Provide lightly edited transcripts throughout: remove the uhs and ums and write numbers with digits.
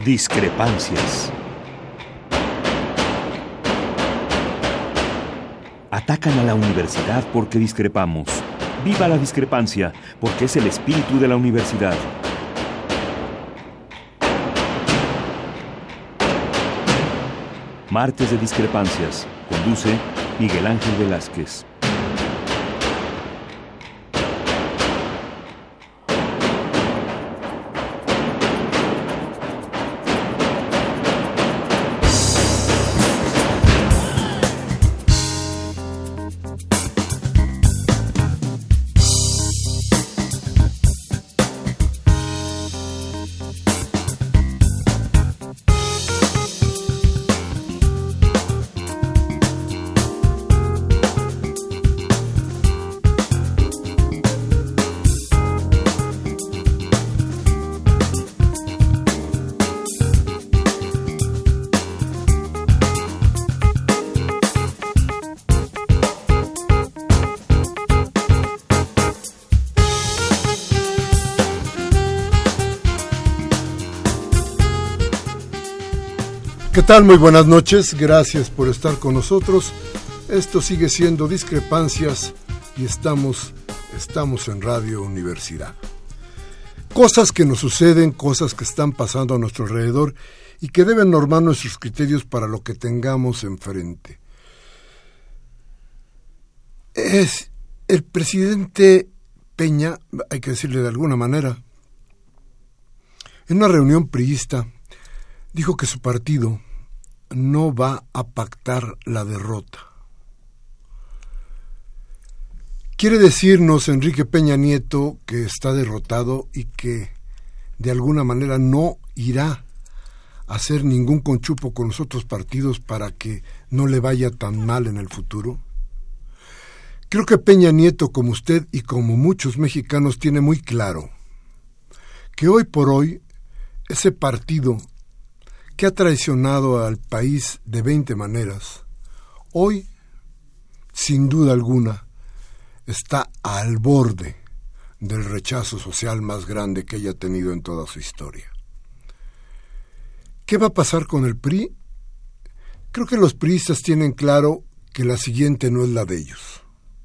Discrepancias. Atacan a la universidad porque discrepamos. ¡Viva la discrepancia! Porque es el espíritu de la universidad. Martes de Discrepancias. Conduce Miguel Ángel Velázquez. ¿Qué tal? Muy buenas noches, gracias por estar con nosotros. Esto sigue siendo Discrepancias y estamos en Radio Universidad. Cosas que nos suceden, cosas que están pasando a nuestro alrededor y que deben normar nuestros criterios para lo que tengamos enfrente. Es el presidente Peña, hay que decirle de alguna manera, en una reunión priista, dijo que su partido no va a pactar la derrota. Quiere decirnos Enrique Peña Nieto que está derrotado y que de alguna manera no irá a hacer ningún conchupo con los otros partidos para que no le vaya tan mal en el futuro. Creo que Peña Nieto, como usted y como muchos mexicanos, tiene muy claro que hoy por hoy ese partido que ha traicionado al país de 20 maneras, hoy, sin duda alguna, está al borde del rechazo social más grande que haya tenido en toda su historia. ¿Qué va a pasar con el PRI? Creo que los priistas tienen claro que la siguiente no es la de ellos.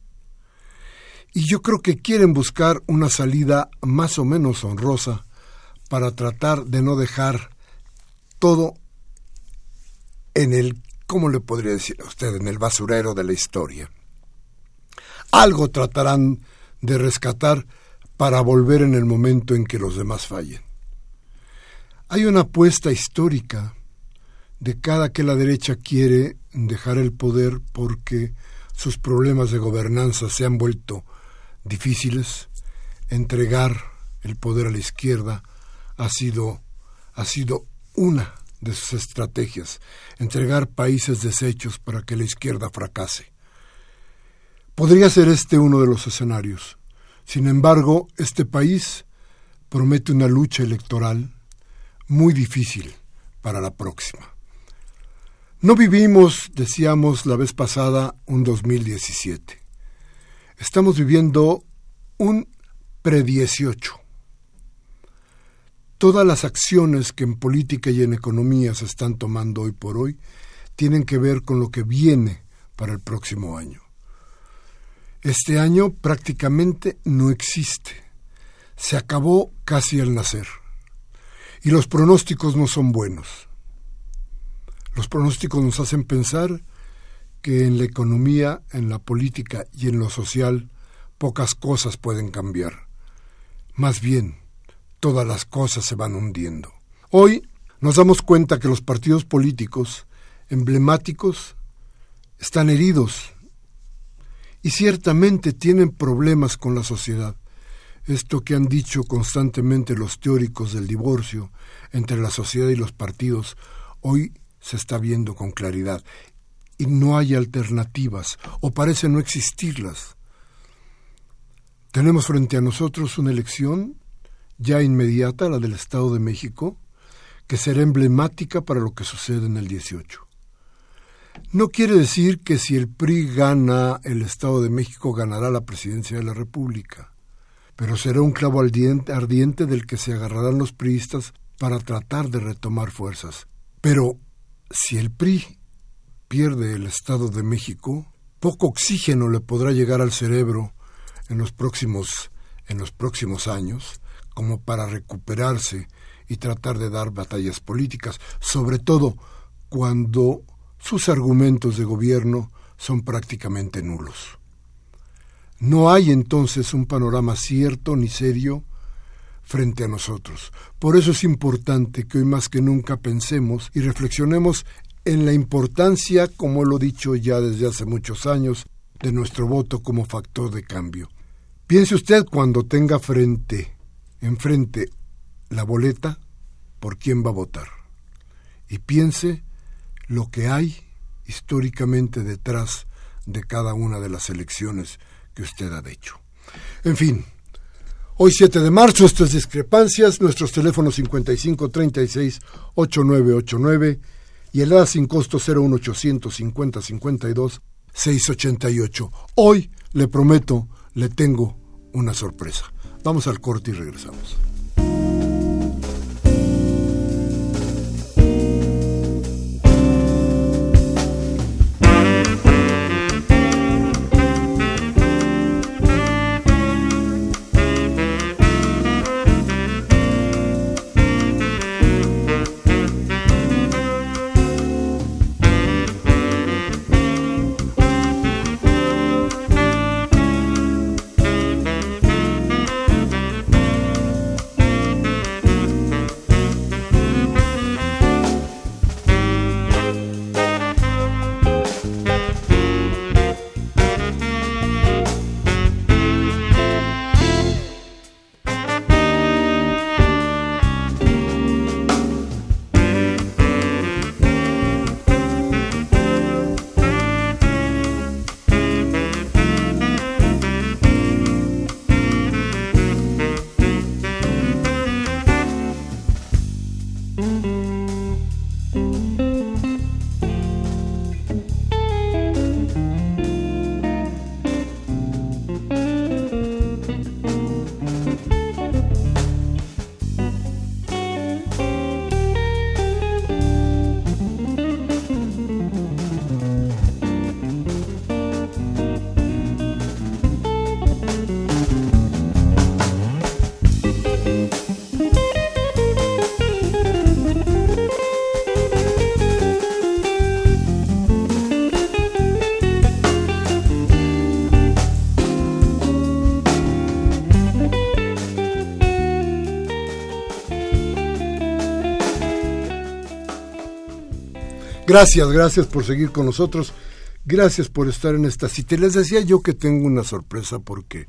Y yo creo que quieren buscar una salida más o menos honrosa para tratar de no dejar todo en el, ¿cómo le podría decir a usted?, en el basurero de la historia. Algo tratarán de rescatar para volver en el momento en que los demás fallen. Hay una apuesta histórica de cada que la derecha quiere dejar el poder porque sus problemas de gobernanza se han vuelto difíciles. Entregar el poder a la izquierda ha sido una de sus estrategias, entregar países deshechos para que la izquierda fracase. Podría ser este uno de los escenarios. Sin embargo, este país promete una lucha electoral muy difícil para la próxima. No vivimos, decíamos la vez pasada, un 2017. Estamos viviendo un pre-18. Todas las acciones que en política y en economía se están tomando hoy por hoy tienen que ver con lo que viene para el próximo año. Este año prácticamente no existe. Se acabó casi al nacer. Y los pronósticos no son buenos. Los pronósticos nos hacen pensar que en la economía, en la política y en lo social pocas cosas pueden cambiar. Más bien, todas las cosas se van hundiendo. Hoy nos damos cuenta que los partidos políticos emblemáticos están heridos y ciertamente tienen problemas con la sociedad. Esto que han dicho constantemente los teóricos del divorcio entre la sociedad y los partidos, hoy se está viendo con claridad. Y no hay alternativas, o parece no existirlas. Tenemos frente a nosotros una elección ya inmediata, la del Estado de México, que será emblemática para lo que sucede en el 18. No quiere decir que si el PRI gana el Estado de México, ganará la presidencia de la República, pero será un clavo ardiente del que se agarrarán los priistas para tratar de retomar fuerzas. Pero si el PRI pierde el Estado de México, poco oxígeno le podrá llegar al cerebro en los próximos años como para recuperarse y tratar de dar batallas políticas, sobre todo cuando sus argumentos de gobierno son prácticamente nulos. No hay entonces un panorama cierto ni serio frente a nosotros. Por eso es importante que hoy más que nunca pensemos y reflexionemos en la importancia, como lo he dicho ya desde hace muchos años, de nuestro voto como factor de cambio. Piense usted cuando tenga enfrente la boleta, por quién va a votar. Y piense lo que hay históricamente detrás de cada una de las elecciones que usted ha hecho. En fin, hoy 7 de marzo, esto es Discrepancias, nuestros teléfonos 5536-8989 y el sin costo 01800 5052 688. Hoy, le prometo, le tengo una sorpresa. Vamos al corte y regresamos. Gracias por seguir con nosotros. Gracias por estar en esta cita. Les decía yo que tengo una sorpresa porque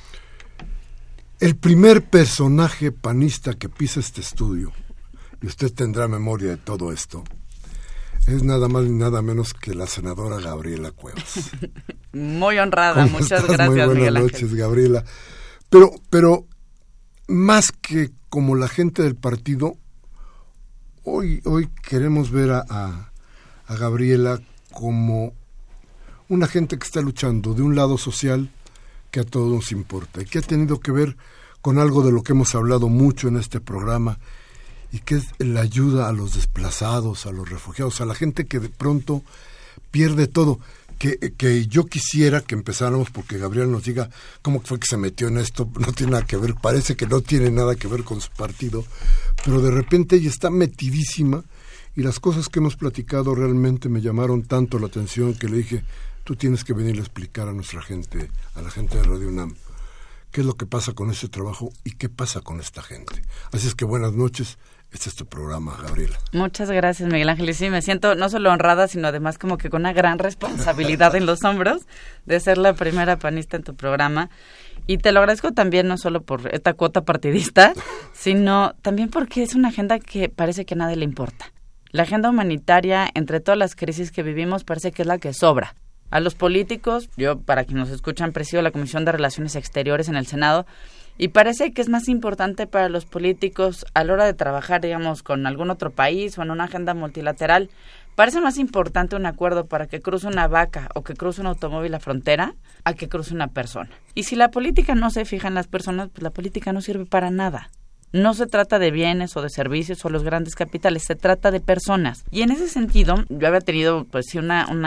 el primer personaje panista que pisa este estudio, y usted tendrá memoria de todo esto, es nada más ni nada menos que la senadora Gabriela Cuevas. Muy honrada, muchas gracias, Muy buenas Miguel Ángel. noches, Gabriela. Pero más que como la gente del partido, hoy queremos ver a Gabriela como una gente que está luchando de un lado social que a todos nos importa y que ha tenido que ver con algo de lo que hemos hablado mucho en este programa y que es la ayuda a los desplazados, a los refugiados, a la gente que de pronto pierde todo. Que yo quisiera que empezáramos porque Gabriela nos diga cómo fue que se metió en esto. No tiene nada que ver, parece que no tiene nada que ver con su partido, pero de repente ella está metidísima. Y las cosas que hemos platicado realmente me llamaron tanto la atención que le dije, tú tienes que venir a explicar a nuestra gente, a la gente de Radio UNAM, qué es lo que pasa con este trabajo y qué pasa con esta gente. Así es que buenas noches, este es tu programa, Gabriela. Muchas gracias, Miguel Ángel. Y sí, me siento no solo honrada, sino además como que con una gran responsabilidad en los hombros de ser la primera panista en tu programa. Y te lo agradezco también no solo por esta cuota partidista, sino también porque es una agenda que parece que a nadie le importa. La agenda humanitaria, entre todas las crisis que vivimos, parece que es la que sobra. A los políticos, yo, para quienes nos escuchan, presido la Comisión de Relaciones Exteriores en el Senado, y parece que es más importante para los políticos a la hora de trabajar, digamos, con algún otro país o en una agenda multilateral, parece más importante un acuerdo para que cruce una vaca o que cruce un automóvil la frontera a que cruce una persona. Y si la política no se fija en las personas, pues la política no sirve para nada. No se trata de bienes o de servicios o los grandes capitales, se trata de personas. Y en ese sentido, yo había tenido pues sí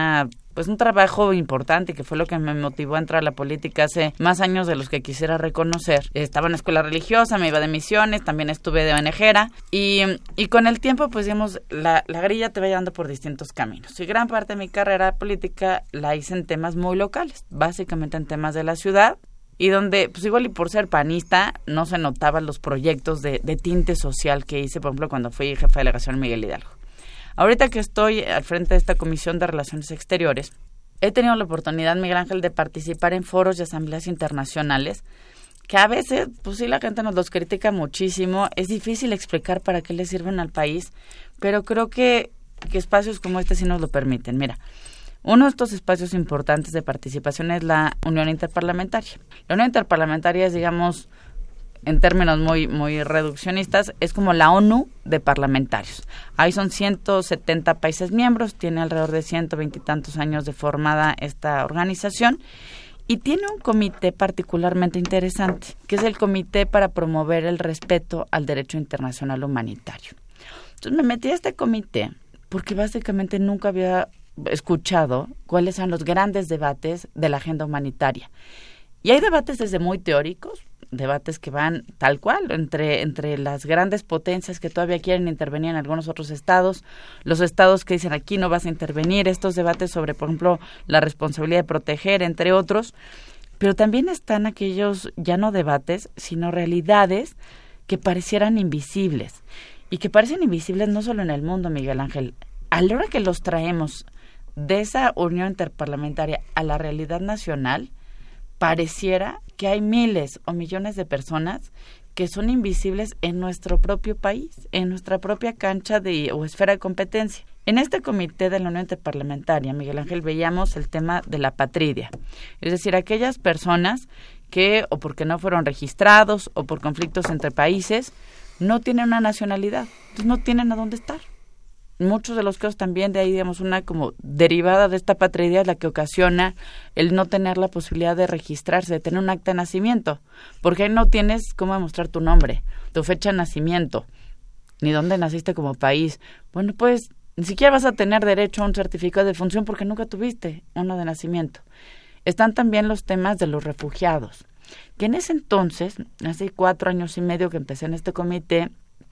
un trabajo importante, que fue lo que me motivó a entrar a la política hace más años de los que quisiera reconocer. Estaba en la escuela religiosa, me iba de misiones, también estuve de ONGera, y con el tiempo, pues digamos, la grilla te va llevando por distintos caminos. Y gran parte de mi carrera política la hice en temas muy locales, básicamente en temas de la ciudad, y donde, pues igual y por ser panista, no se notaban los proyectos de tinte social que hice, por ejemplo, cuando fui jefa de delegación en Miguel Hidalgo. Ahorita que estoy al frente de esta Comisión de Relaciones Exteriores, he tenido la oportunidad, Miguel Ángel, de participar en foros y asambleas internacionales, que a veces, pues sí, la gente nos los critica muchísimo, es difícil explicar para qué le sirven al país, pero creo que espacios como este sí nos lo permiten. Mira, uno de estos espacios importantes de participación es la Unión Interparlamentaria. La Unión Interparlamentaria es, digamos, en términos muy reduccionistas, es como la ONU de parlamentarios. Ahí son 170 países miembros, tiene alrededor de 120 y tantos años de formada esta organización, y tiene un comité particularmente interesante, que es el Comité para Promover el Respeto al Derecho Internacional Humanitario. Entonces me metí a este comité porque básicamente nunca había escuchado cuáles son los grandes debates de la agenda humanitaria. Y hay debates desde muy teóricos, debates que van tal cual entre las grandes potencias que todavía quieren intervenir en algunos otros estados, los estados que dicen aquí no vas a intervenir, estos debates sobre, por ejemplo, la responsabilidad de proteger, entre otros, pero también están aquellos ya no debates, sino realidades que parecieran invisibles, y que parecen invisibles no solo en el mundo, Miguel Ángel. A la hora que los traemos de esa unión interparlamentaria a la realidad nacional, pareciera que hay miles o millones de personas que son invisibles en nuestro propio país, en nuestra propia cancha o esfera de competencia. En este comité de la Unión Interparlamentaria, Miguel Ángel, veíamos el tema de la apatridia, es decir, aquellas personas que, o porque no fueron registrados, o por conflictos entre países, no tienen una nacionalidad, entonces no tienen a dónde estar. Muchos de los casos también de ahí, digamos, una como derivada de esta apatridia es la que ocasiona el no tener la posibilidad de registrarse, de tener un acta de nacimiento, porque ahí no tienes cómo demostrar tu nombre, tu fecha de nacimiento, ni dónde naciste como país. Bueno, pues ni siquiera vas a tener derecho a un certificado de defunción porque nunca tuviste uno de nacimiento. Están también los temas de los refugiados, que en ese entonces, hace 4 años y medio que empecé en este comité,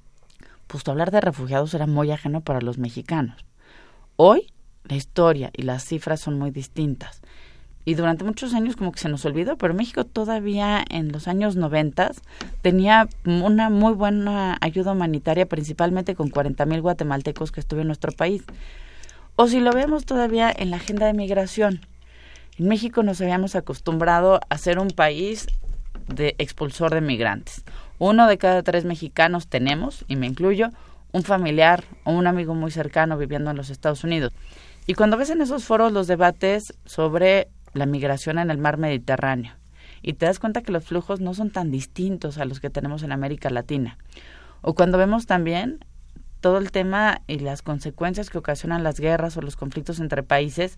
pues hablar de refugiados era muy ajeno para los mexicanos. Hoy la historia y las cifras son muy distintas. Y durante muchos años como que se nos olvidó, pero México todavía en los años 90 tenía una muy buena ayuda humanitaria, principalmente con 40,000 guatemaltecos que estuvieron en nuestro país. O si lo vemos todavía en la agenda de migración. En México nos habíamos acostumbrado a ser un país de expulsor de migrantes. 1 de cada 3 mexicanos tenemos, y me incluyo, un familiar o un amigo muy cercano viviendo en los Estados Unidos. Y cuando ves en esos foros los debates sobre la migración en el mar Mediterráneo, y te das cuenta que los flujos no son tan distintos a los que tenemos en América Latina. O cuando vemos también todo el tema y las consecuencias que ocasionan las guerras o los conflictos entre países,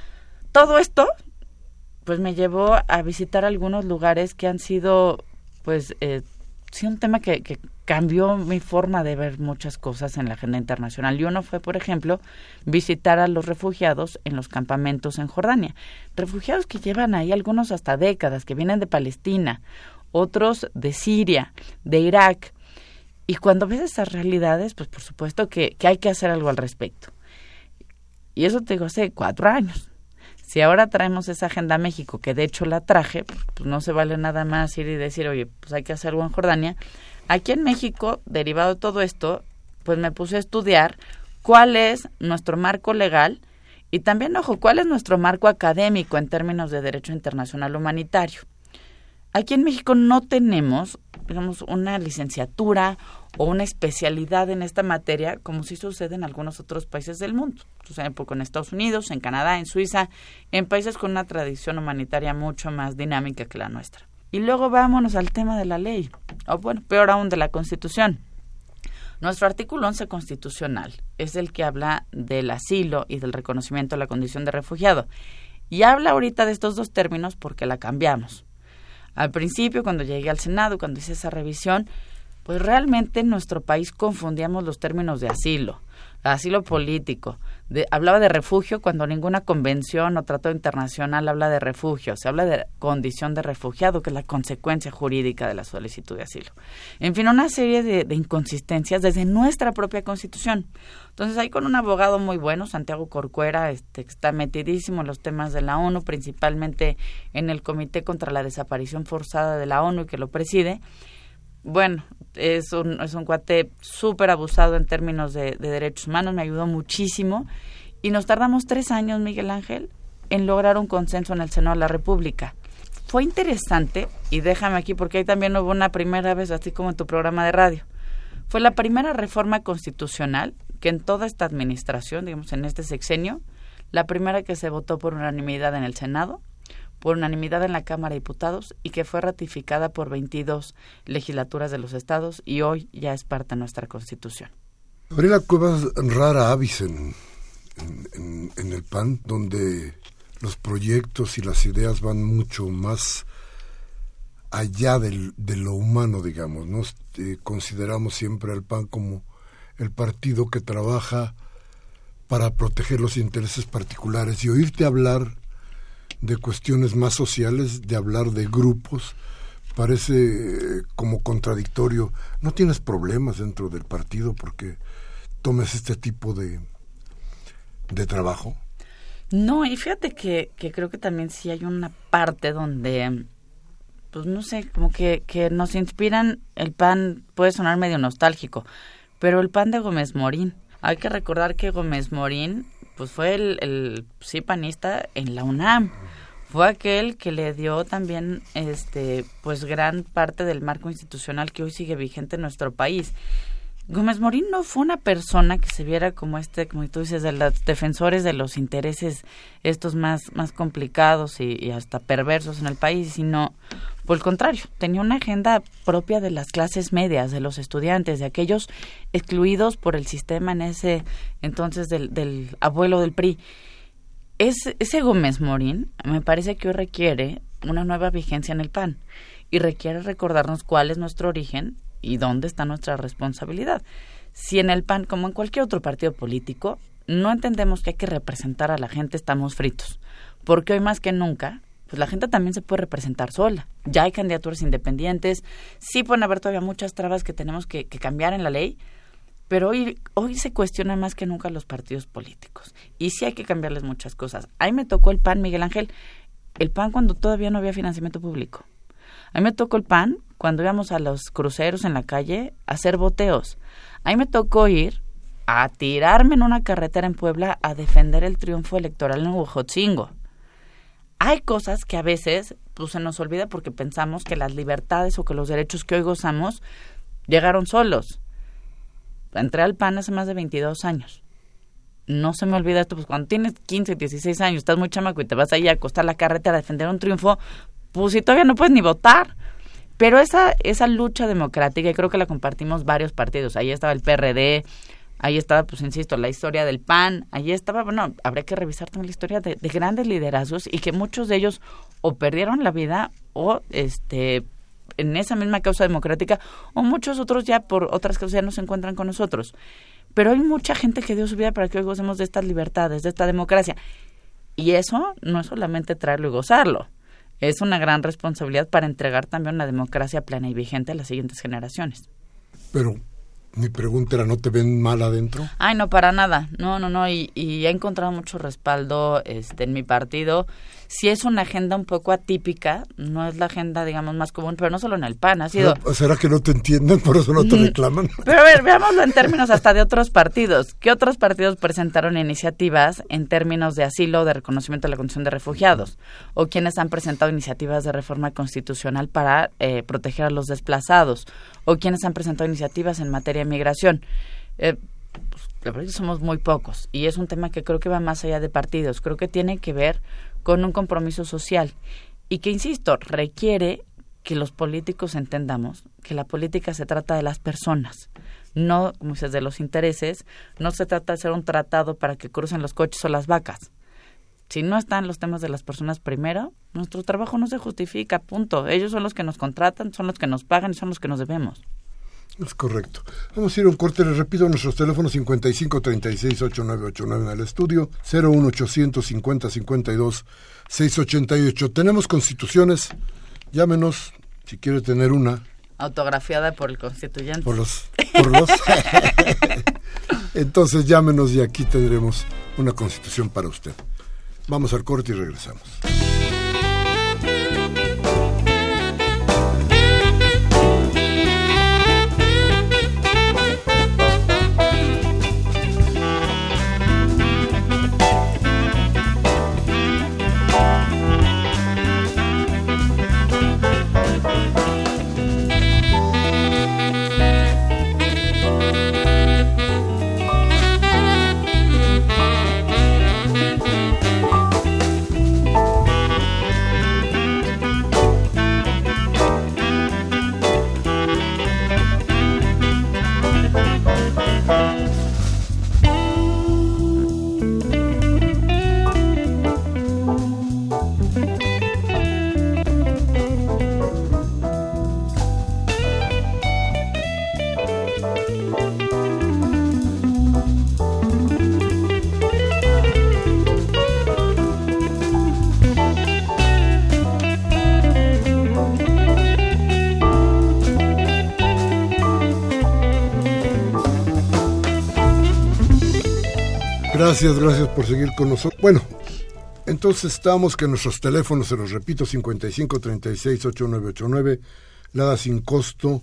todo esto pues me llevó a visitar algunos lugares que han sido pues sí un tema que cambió mi forma de ver muchas cosas en la agenda internacional. Y uno fue, por ejemplo, visitar a los refugiados en los campamentos en Jordania. Refugiados que llevan ahí algunos hasta décadas, que vienen de Palestina, otros de Siria, de Irak. Y cuando ves esas realidades, pues por supuesto que hay que hacer algo al respecto. Y eso te digo, hace 4 años. Si ahora traemos esa agenda a México, que de hecho la traje, pues no se vale nada más ir y decir, oye, pues hay que hacer algo en Jordania. Aquí en México, derivado de todo esto, pues me puse a estudiar cuál es nuestro marco legal y también, ojo, cuál es nuestro marco académico en términos de derecho internacional humanitario. Aquí en México no tenemos, digamos, una licenciatura o una especialidad en esta materia como sí sucede en algunos otros países del mundo. Sucede poco en Estados Unidos, en Canadá, en Suiza, en países con una tradición humanitaria mucho más dinámica que la nuestra. Y luego vámonos al tema de la ley, o bueno, peor aún, de la Constitución. Nuestro artículo 11 constitucional es el que habla del asilo y del reconocimiento de la condición de refugiado. Y habla ahorita de estos 2 términos porque la cambiamos. Al principio, cuando llegué al Senado, cuando hice esa revisión, pues realmente en nuestro país confundíamos los términos de asilo político. Hablaba de refugio cuando ninguna convención o tratado internacional habla de refugio. Se habla de condición de refugiado, que es la consecuencia jurídica de la solicitud de asilo. En fin, una serie de inconsistencias desde nuestra propia Constitución. Entonces, ahí con un abogado muy bueno, Santiago Corcuera, que está metidísimo en los temas de la ONU, principalmente en el Comité contra la Desaparición Forzada de la ONU, y que lo preside. Bueno, es un cuate súper abusado en términos de derechos humanos, me ayudó muchísimo, y nos tardamos 3 años, Miguel Ángel, en lograr un consenso en el Senado de la República. Fue interesante, y déjame aquí porque ahí también hubo una primera vez, así como en tu programa de radio. Fue la primera reforma constitucional que en toda esta administración, digamos en este sexenio, la primera que se votó por unanimidad en el Senado, por unanimidad en la Cámara de Diputados, y que fue ratificada por 22 legislaturas de los estados, y hoy ya es parte de nuestra Constitución. Gabriela Cuevas, rara avis en el PAN, donde los proyectos y las ideas van mucho más allá de lo humano, digamos, ¿no? Consideramos siempre al PAN como el partido que trabaja para proteger los intereses particulares, y oírte hablar de cuestiones más sociales, de hablar de grupos, parece como contradictorio. ¿No tienes problemas dentro del partido porque tomes este tipo de trabajo? No, y fíjate que creo que también sí hay una parte donde, pues no sé, como que nos inspiran. El PAN puede sonar medio nostálgico, pero el PAN de Gómez Morín. Hay que recordar que Gómez Morín pues fue el sí panista en la UNAM. Fue aquel que le dio también pues gran parte del marco institucional que hoy sigue vigente en nuestro país. Gómez Morín no fue una persona que se viera como como tú dices, de los defensores de los intereses estos más complicados y hasta perversos en el país, sino por el contrario, tenía una agenda propia de las clases medias, de los estudiantes, de aquellos excluidos por el sistema en ese entonces del abuelo del PRI. Ese Gómez Morín me parece que hoy requiere una nueva vigencia en el PAN y requiere recordarnos cuál es nuestro origen y dónde está nuestra responsabilidad. Si en el PAN, como en cualquier otro partido político, no entendemos que hay que representar a la gente, estamos fritos. Porque hoy más que nunca, pues la gente también se puede representar sola. Ya hay candidaturas independientes, sí pueden haber todavía muchas trabas que tenemos que cambiar en la ley, pero hoy se cuestiona más que nunca los partidos políticos. Y sí hay que cambiarles muchas cosas. Ahí me tocó el PAN, Miguel Ángel, el PAN cuando todavía no había financiamiento público. A mí me tocó el PAN cuando íbamos a los cruceros en la calle a hacer boteos. A mí me tocó ir a tirarme en una carretera en Puebla a defender el triunfo electoral en Huejotzingo. Hay cosas que a veces pues, se nos olvida porque pensamos que las libertades o que los derechos que hoy gozamos llegaron solos. Entré al PAN hace más de 22 años. No se me olvida esto, pues cuando tienes 15, 16 años, estás muy chamaco y te vas ahí a acostar la carretera a defender un triunfo, pues si todavía no puedes ni votar. Pero esa lucha democrática, y creo que la compartimos varios partidos, ahí estaba el PRD, ahí estaba, pues insisto, la historia del PAN, ahí estaba, bueno, habría que revisar también la historia de grandes liderazgos y que muchos de ellos o perdieron la vida o en esa misma causa democrática, o muchos otros ya por otras causas ya no se encuentran con nosotros. Pero hay mucha gente que dio su vida para que hoy gocemos de estas libertades, de esta democracia. Y eso no es solamente traerlo y gozarlo. Es una gran responsabilidad para entregar también una democracia plena y vigente a las siguientes generaciones. Pero mi pregunta era, ¿no te ven mal adentro? Ay, no, para nada. No. Y he encontrado mucho respaldo en mi partido. Sí es una agenda un poco atípica, no es la agenda, digamos, más común, pero no solo en el PAN, ha sido... ¿Será que no te entienden, por eso no te reclaman? Pero a ver, veámoslo en términos hasta de otros partidos. ¿Qué otros partidos presentaron iniciativas en términos de asilo, de reconocimiento de la condición de refugiados? ¿O quienes han presentado iniciativas de reforma constitucional para proteger a los desplazados? ¿O quienes han presentado iniciativas en materia de migración? La verdad es que somos muy pocos y es un tema que creo que va más allá de partidos. Creo que tiene que ver con un compromiso social y que, insisto, requiere que los políticos entendamos que la política se trata de las personas, no, como dices, de los intereses. No se trata de hacer un tratado para que crucen los coches o las vacas. Si no están los temas de las personas primero, nuestro trabajo no se justifica, punto. Ellos son los que nos contratan, son los que nos pagan y son los que nos debemos. Es correcto. Vamos a ir a un corte, les repito, nuestros teléfonos 5536-8989 en el estudio, 01800-5052-688. Tenemos constituciones, llámenos si quiere tener una. Autografiada por el constituyente. Por los. Entonces llámenos y aquí tendremos una constitución para usted. Vamos al corte y regresamos. Gracias por seguir con nosotros. Bueno, entonces estamos que nuestros teléfonos, se los repito, 5536-8989, Lada sin costo,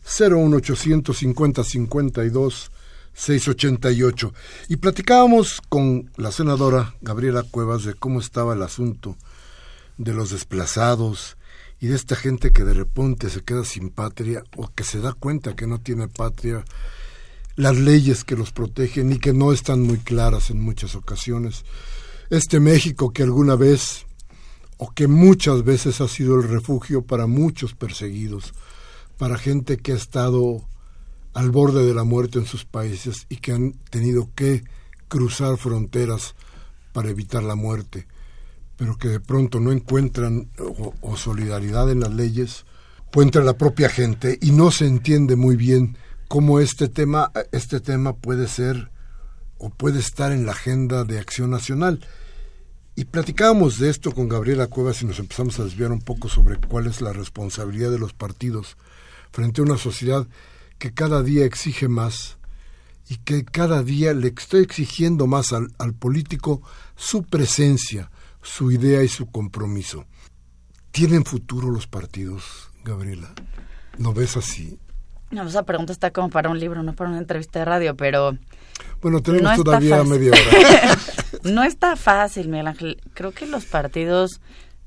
01800-5052-688. Y platicábamos con la senadora Gabriela Cuevas de cómo estaba el asunto de los desplazados y de esta gente que de repente se queda sin patria o que se da cuenta que no tiene patria, las leyes que los protegen y que no están muy claras en muchas ocasiones. Este México que alguna vez o que muchas veces ha sido el refugio para muchos perseguidos, para gente que ha estado al borde de la muerte en sus países y que han tenido que cruzar fronteras para evitar la muerte, pero que de pronto no encuentran o solidaridad en las leyes o entre la propia gente, y no se entiende muy bien cómo este tema puede ser o puede estar en la agenda de acción nacional. Y platicábamos de esto con Gabriela Cuevas y nos empezamos a desviar un poco sobre cuál es la responsabilidad de los partidos frente a una sociedad que cada día exige más y que cada día le está exigiendo más al político su presencia, su idea y su compromiso. ¿Tienen futuro los partidos, Gabriela? ¿Lo ves así? No, esa pregunta está como para un libro, no para una entrevista de radio, pero... Bueno, tenemos todavía media hora. No está fácil, Miguel Ángel. Creo que los partidos,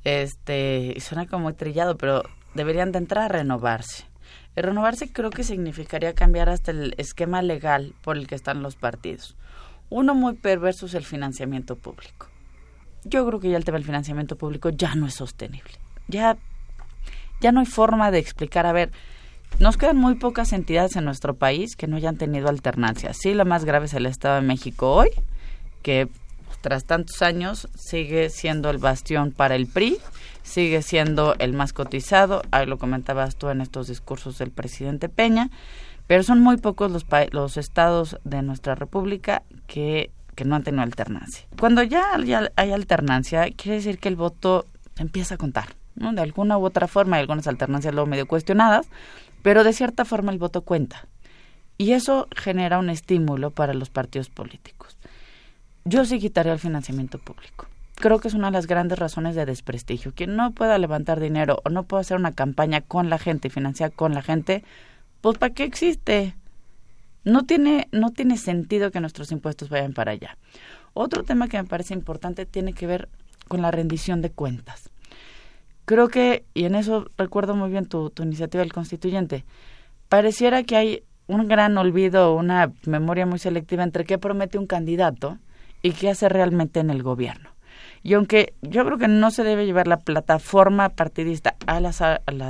suena como muy trillado, pero deberían de entrar a renovarse. El renovarse creo que significaría cambiar hasta el esquema legal por el que están los partidos. Uno muy perverso es el financiamiento público. Yo creo que ya el tema del financiamiento público ya no es sostenible. Ya no hay forma de explicar, a ver... Nos quedan muy pocas entidades en nuestro país que no hayan tenido alternancia. Sí, la más grave es el Estado de México hoy, que tras tantos años sigue siendo el bastión para el PRI, sigue siendo el más cotizado, ahí lo comentabas tú en estos discursos del presidente Peña, pero son muy pocos los estados de nuestra república que no han tenido alternancia. Cuando ya hay alternancia, quiere decir que el voto empieza a contar, ¿no? De alguna u otra forma, hay algunas alternancias luego medio cuestionadas, pero de cierta forma el voto cuenta. Y eso genera un estímulo para los partidos políticos. Yo sí quitaría el financiamiento público. Creo que es una de las grandes razones de desprestigio. Quien no pueda levantar dinero o no pueda hacer una campaña con la gente y financiar con la gente, pues ¿para qué existe? No tiene sentido que nuestros impuestos vayan para allá. Otro tema que me parece importante tiene que ver con la rendición de cuentas. Creo que, y en eso recuerdo muy bien tu iniciativa del constituyente, pareciera que hay un gran olvido, una memoria muy selectiva entre qué promete un candidato y qué hace realmente en el gobierno. Y aunque yo creo que no se debe llevar la plataforma partidista a las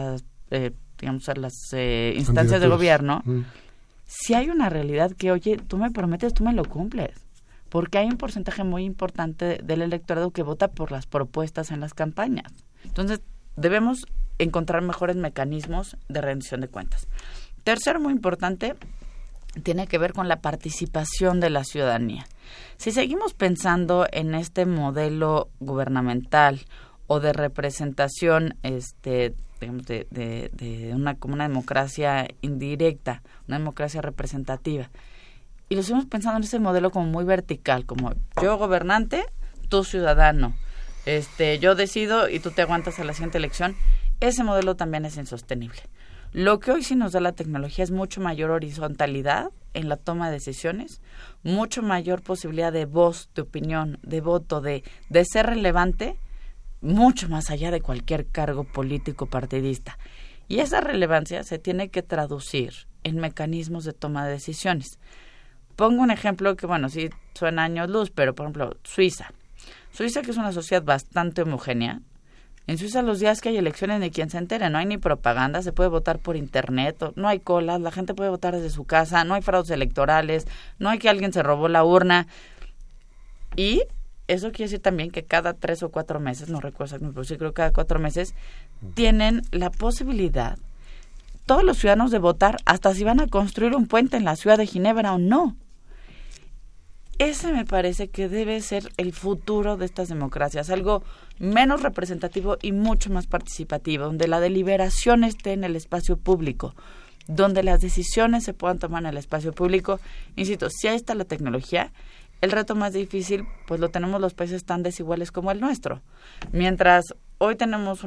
instancias de gobierno, si hay una realidad que, oye, tú me prometes, tú me lo cumples. Porque hay un porcentaje muy importante del electorado que vota por las propuestas en las campañas. Entonces, debemos encontrar mejores mecanismos de rendición de cuentas. Tercero, muy importante, tiene que ver con la participación de la ciudadanía. Si seguimos pensando en este modelo gubernamental o de representación, digamos, de como una democracia indirecta, una democracia representativa, y lo seguimos pensando en ese modelo como muy vertical, como yo gobernante, tú ciudadano, yo decido y tú te aguantas a la siguiente elección, ese modelo también es insostenible. Lo que hoy sí nos da la tecnología es mucho mayor horizontalidad en la toma de decisiones, mucho mayor posibilidad de voz, de opinión, de voto, de ser relevante, mucho más allá de cualquier cargo político partidista. Y esa relevancia se tiene que traducir en mecanismos de toma de decisiones. Pongo un ejemplo que, bueno, sí suena años luz, pero por ejemplo, Suiza. Suiza, que es una sociedad bastante homogénea. En Suiza los días que hay elecciones ni quien se entere, no hay ni propaganda, se puede votar por internet, no hay colas, la gente puede votar desde su casa, no hay fraudes electorales, no hay que alguien se robó la urna. Y eso quiere decir también que cada 3 o 4 meses, no recuerdo exactamente, pero sí creo que cada 4 meses, tienen la posibilidad, todos los ciudadanos, de votar hasta si van a construir un puente en la ciudad de Ginebra o no. Ese me parece que debe ser el futuro de estas democracias, algo menos representativo y mucho más participativo, donde la deliberación esté en el espacio público, donde las decisiones se puedan tomar en el espacio público. Insisto, si ahí está la tecnología, el reto más difícil pues lo tenemos los países tan desiguales como el nuestro. Mientras hoy tenemos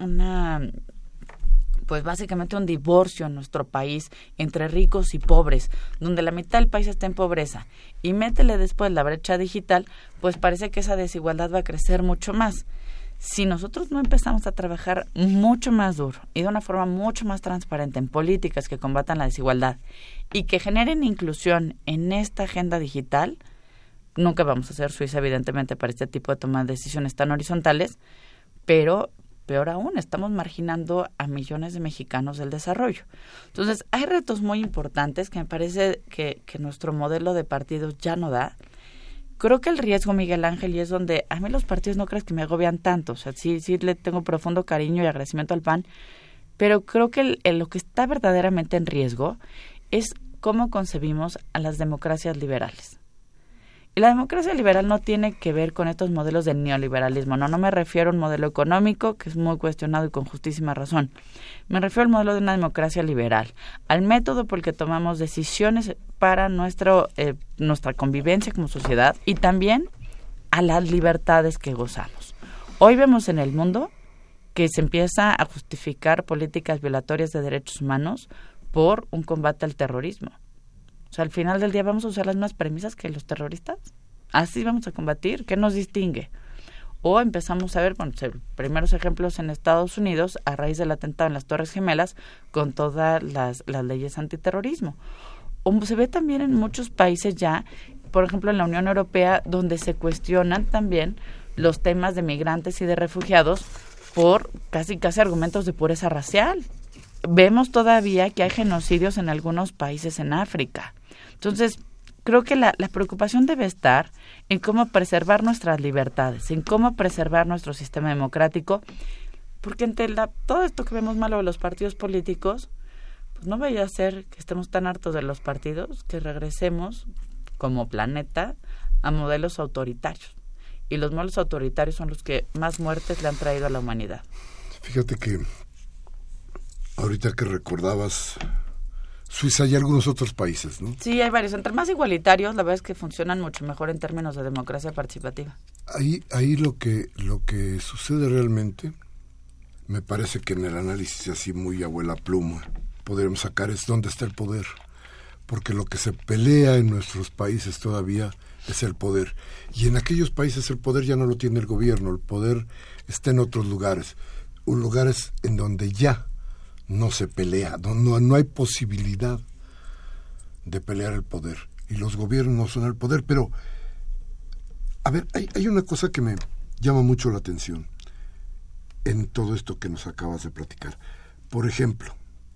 pues básicamente un divorcio en nuestro país entre ricos y pobres, donde la mitad del país está en pobreza, y métele después la brecha digital, pues parece que esa desigualdad va a crecer mucho más. Si nosotros no empezamos a trabajar mucho más duro y de una forma mucho más transparente en políticas que combatan la desigualdad y que generen inclusión en esta agenda digital, nunca vamos a ser Suiza, evidentemente, para este tipo de toma de decisiones tan horizontales, pero peor aún, estamos marginando a millones de mexicanos del desarrollo. Entonces, hay retos muy importantes que me parece que nuestro modelo de partidos ya no da. Creo que el riesgo, Miguel Ángel, y es donde a mí los partidos no crees que me agobian tanto, o sea, sí le tengo profundo cariño y agradecimiento al PAN, pero creo que lo que está verdaderamente en riesgo es cómo concebimos a las democracias liberales. Y la democracia liberal no tiene que ver con estos modelos del neoliberalismo. No me refiero a un modelo económico, que es muy cuestionado y con justísima razón. Me refiero al modelo de una democracia liberal, al método por el que tomamos decisiones para nuestra convivencia como sociedad y también a las libertades que gozamos. Hoy vemos en el mundo que se empieza a justificar políticas violatorias de derechos humanos por un combate al terrorismo. O sea, al final del día vamos a usar las mismas premisas que los terroristas. Así vamos a combatir. ¿Qué nos distingue? O empezamos a ver, primeros ejemplos en Estados Unidos a raíz del atentado en las Torres Gemelas con todas las leyes antiterrorismo. O se ve también en muchos países ya, por ejemplo en la Unión Europea, donde se cuestionan también los temas de migrantes y de refugiados por casi argumentos de pureza racial. Vemos todavía que hay genocidios en algunos países en África. Entonces, creo que la preocupación debe estar en cómo preservar nuestras libertades, en cómo preservar nuestro sistema democrático, porque ante todo esto que vemos malo de los partidos políticos, pues no vaya a ser que estemos tan hartos de los partidos que regresemos como planeta a modelos autoritarios. Y los modelos autoritarios son los que más muertes le han traído a la humanidad. Fíjate que ahorita que recordabas Suiza y algunos otros países, ¿no? Sí, hay varios. Entre más igualitarios, la verdad es que funcionan mucho mejor en términos de democracia participativa. Ahí lo que sucede realmente, me parece que en el análisis así muy abuela pluma, podríamos sacar es dónde está el poder. Porque lo que se pelea en nuestros países todavía es el poder. Y en aquellos países el poder ya no lo tiene el gobierno, el poder está en otros lugares. Lugares en donde ya no se pelea, no hay posibilidad de pelear el poder. Y los gobiernos no son el poder. Pero, a ver, hay una cosa que me llama mucho la atención en todo esto que nos acabas de platicar. Por ejemplo,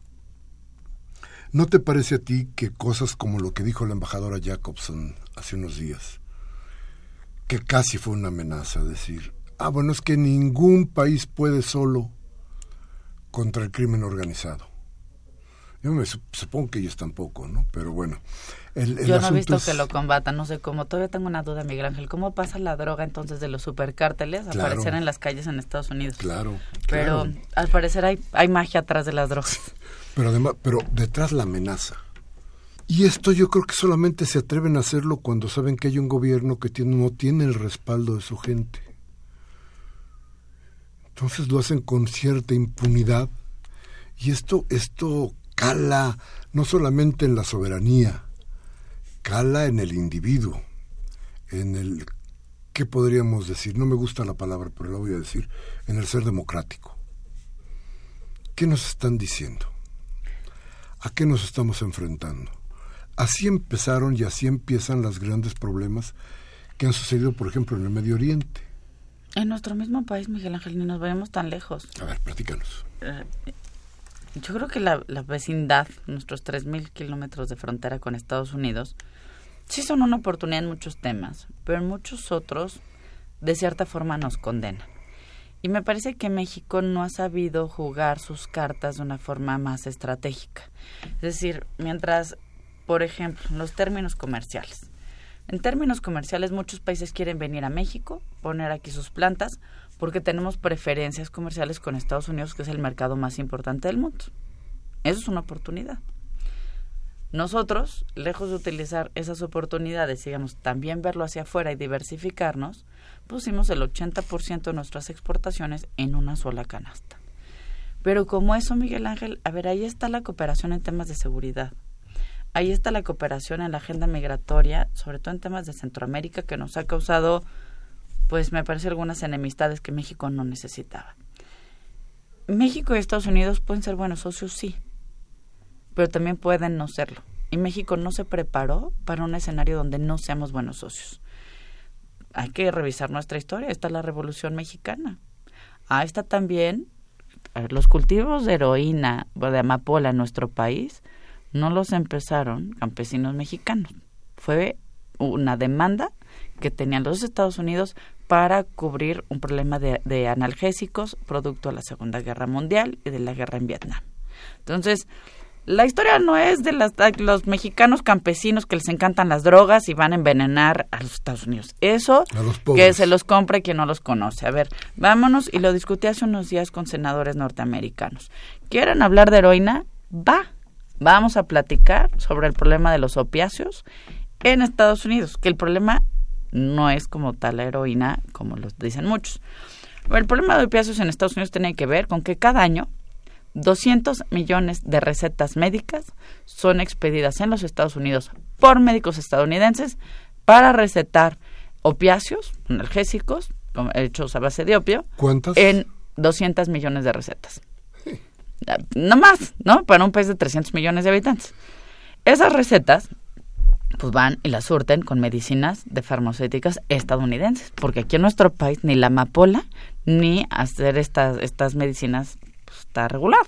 ¿no te parece a ti que cosas como lo que dijo la embajadora Jacobson hace unos días, que casi fue una amenaza, decir, bueno, es que ningún país puede solo contra el crimen organizado? Yo me supongo que ellos tampoco, ¿no? Pero bueno. Yo no he visto que lo combatan, no sé cómo. Todavía tengo una duda, Miguel Ángel. ¿Cómo pasa la droga entonces de los supercárteles a aparecer en las calles en Estados Unidos? Claro. Pero al parecer hay magia atrás de las drogas. Pero además, detrás la amenaza. Y esto yo creo que solamente se atreven a hacerlo cuando saben que hay un gobierno que no tiene el respaldo de su gente. Entonces lo hacen con cierta impunidad. Y esto cala no solamente en la soberanía, cala en el individuo, en el, ¿qué podríamos decir? No me gusta la palabra, pero la voy a decir, en el ser democrático. ¿Qué nos están diciendo? ¿A qué nos estamos enfrentando? Así empezaron y así empiezan los grandes problemas que han sucedido, por ejemplo, en el Medio Oriente. En nuestro mismo país, Miguel Ángel, ni nos vayamos tan lejos. A ver, platícanos. Yo creo que la vecindad, nuestros 3,000 kilómetros de frontera con Estados Unidos, sí son una oportunidad en muchos temas, pero en muchos otros, de cierta forma, nos condenan. Y me parece que México no ha sabido jugar sus cartas de una forma más estratégica. Es decir, mientras, por ejemplo, en los términos comerciales. En términos comerciales, muchos países quieren venir a México, poner aquí sus plantas, porque tenemos preferencias comerciales con Estados Unidos, que es el mercado más importante del mundo. Eso es una oportunidad. Nosotros, lejos de utilizar esas oportunidades, digamos, también verlo hacia afuera y diversificarnos, pusimos el 80% de nuestras exportaciones en una sola canasta. Pero como eso, Miguel Ángel, a ver, ahí está la cooperación en temas de seguridad. Ahí está la cooperación en la agenda migratoria, sobre todo en temas de Centroamérica, que nos ha causado, pues me parece, algunas enemistades que México no necesitaba. México y Estados Unidos pueden ser buenos socios, sí, pero también pueden no serlo. Y México no se preparó para un escenario donde no seamos buenos socios. Hay que revisar nuestra historia. Está la Revolución Mexicana. Ahí está también los cultivos de heroína, de amapola en nuestro país. No los empezaron campesinos mexicanos. Fue una demanda que tenían los Estados Unidos para cubrir un problema de analgésicos producto de la Segunda Guerra Mundial y de la guerra en Vietnam. Entonces, la historia no es de los mexicanos campesinos que les encantan las drogas y van a envenenar a los Estados Unidos. Eso, que se los compre quien no los conoce. A ver, vámonos, y lo discutí hace unos días con senadores norteamericanos. ¿Quieren hablar de heroína? Vamos a platicar sobre el problema de los opiáceos en Estados Unidos, que el problema no es como tal la heroína, como lo dicen muchos. Pero el problema de opiáceos en Estados Unidos tiene que ver con que cada año 200 millones de recetas médicas son expedidas en los Estados Unidos por médicos estadounidenses para recetar opiáceos, analgésicos, hechos a base de opio. ¿Cuántas? En 200 millones de recetas. No más, ¿no? Para un país de 300 millones de habitantes. Esas recetas pues van y las surten con medicinas de farmacéuticas estadounidenses, porque aquí en nuestro país ni la amapola ni hacer estas medicinas pues, está regulado.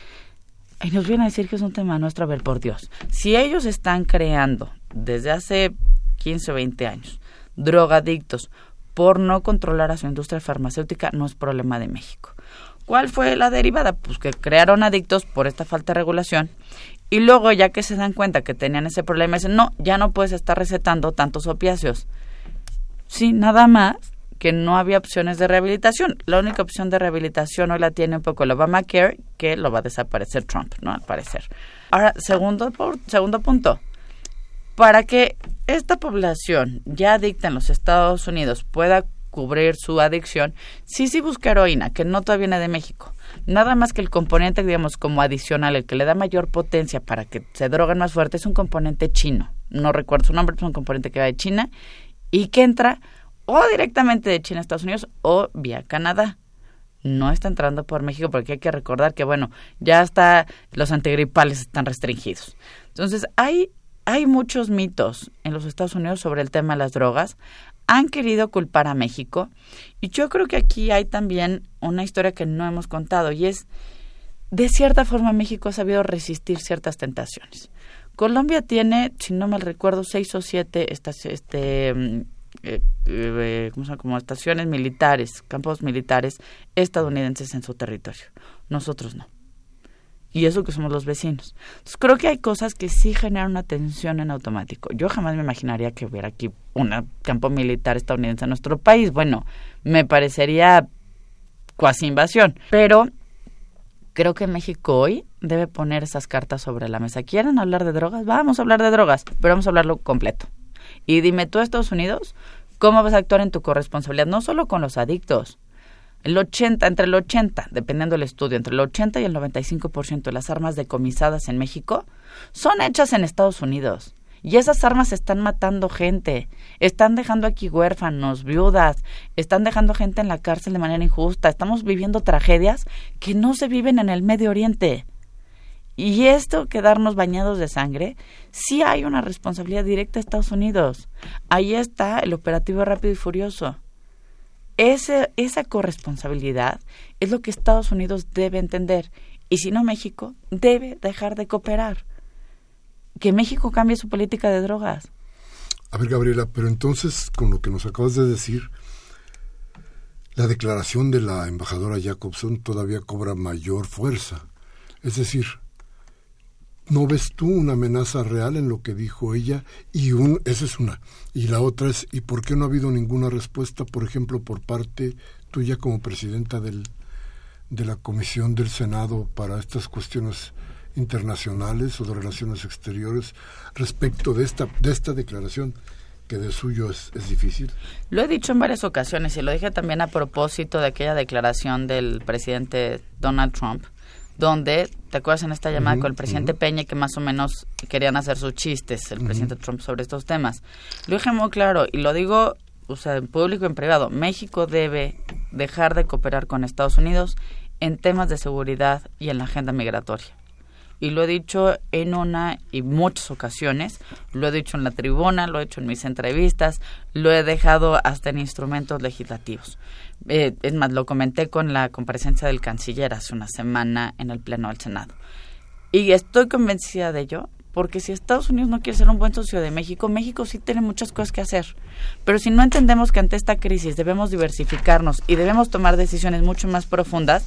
Y nos vienen a decir que es un tema nuestro. A ver, por Dios, si ellos están creando desde hace 15 o 20 años drogadictos por no controlar a su industria farmacéutica, no es problema de México. ¿Cuál fue la derivada? Pues que crearon adictos por esta falta de regulación. Y luego, ya que se dan cuenta que tenían ese problema, dicen, no, ya no puedes estar recetando tantos opiáceos. Sí, nada más que no había opciones de rehabilitación. La única opción de rehabilitación hoy la tiene un poco el Obamacare, que lo va a desaparecer Trump, ¿no? Al parecer. Ahora, segundo punto. Para que esta población ya adicta en los Estados Unidos pueda cubrir su adicción, sí busca heroína, que no todavía viene de México. Nada más que el componente, digamos, como adicional, el que le da mayor potencia para que se droguen más fuerte, es un componente chino. No recuerdo su nombre, pero es un componente que va de China y que entra o directamente de China a Estados Unidos o vía Canadá. No está entrando por México, porque hay que recordar que, bueno, ya hasta los antigripales están restringidos. Entonces, hay muchos mitos en los Estados Unidos sobre el tema de las drogas. Han querido culpar a México, y yo creo que aquí hay también una historia que no hemos contado, y es, de cierta forma, México ha sabido resistir ciertas tentaciones. Colombia tiene, si no mal recuerdo, 6 o 7 como estaciones militares, campos militares estadounidenses en su territorio. Nosotros no. Y eso que somos los vecinos. Entonces creo que hay cosas que sí generan una tensión en automático. Yo jamás me imaginaría que hubiera aquí un campo militar estadounidense en nuestro país. Bueno, me parecería cuasi invasión. Pero creo que México hoy debe poner esas cartas sobre la mesa. ¿Quieren hablar de drogas? Vamos a hablar de drogas, pero vamos a hablarlo completo. Y dime tú, Estados Unidos, ¿cómo vas a actuar en tu corresponsabilidad? No solo con los adictos. Entre el 80, dependiendo del estudio, entre el 80 y el 95% de las armas decomisadas en México son hechas en Estados Unidos. Y esas armas están matando gente, están dejando aquí huérfanos, viudas, están dejando gente en la cárcel de manera injusta. Estamos viviendo tragedias que no se viven en el Medio Oriente. Y esto, quedarnos bañados de sangre, sí hay una responsabilidad directa de Estados Unidos. Ahí está el operativo Rápido y Furioso. Esa corresponsabilidad es lo que Estados Unidos debe entender. Y si no, México debe dejar de cooperar. Que México cambie su política de drogas. A ver, Gabriela, pero entonces, con lo que nos acabas de decir, la declaración de la embajadora Jacobson todavía cobra mayor fuerza. Es decir, ¿no ves tú una amenaza real en lo que dijo ella? Esa es una. Y la otra es, ¿y por qué no ha habido ninguna respuesta, por ejemplo, por parte tuya como presidenta de la Comisión del Senado para estas cuestiones internacionales o de relaciones exteriores respecto de esta declaración, que de suyo es difícil? Lo he dicho en varias ocasiones y lo dije también a propósito de aquella declaración del presidente Donald Trump, donde, ¿te acuerdas en esta llamada con el presidente Peña que más o menos querían hacer sus chistes, el presidente Trump, sobre estos temas? Lo dije muy claro y lo digo, o sea, en público y en privado. México debe dejar de cooperar con Estados Unidos en temas de seguridad y en la agenda migratoria. Y lo he dicho en una y muchas ocasiones, lo he dicho en la tribuna, lo he hecho en mis entrevistas, lo he dejado hasta en instrumentos legislativos. Es más, lo comenté con la comparecencia del canciller hace una semana en el Pleno del Senado. Y estoy convencida de ello, porque si Estados Unidos no quiere ser un buen socio de México, México sí tiene muchas cosas que hacer. Pero si no entendemos que ante esta crisis debemos diversificarnos y debemos tomar decisiones mucho más profundas,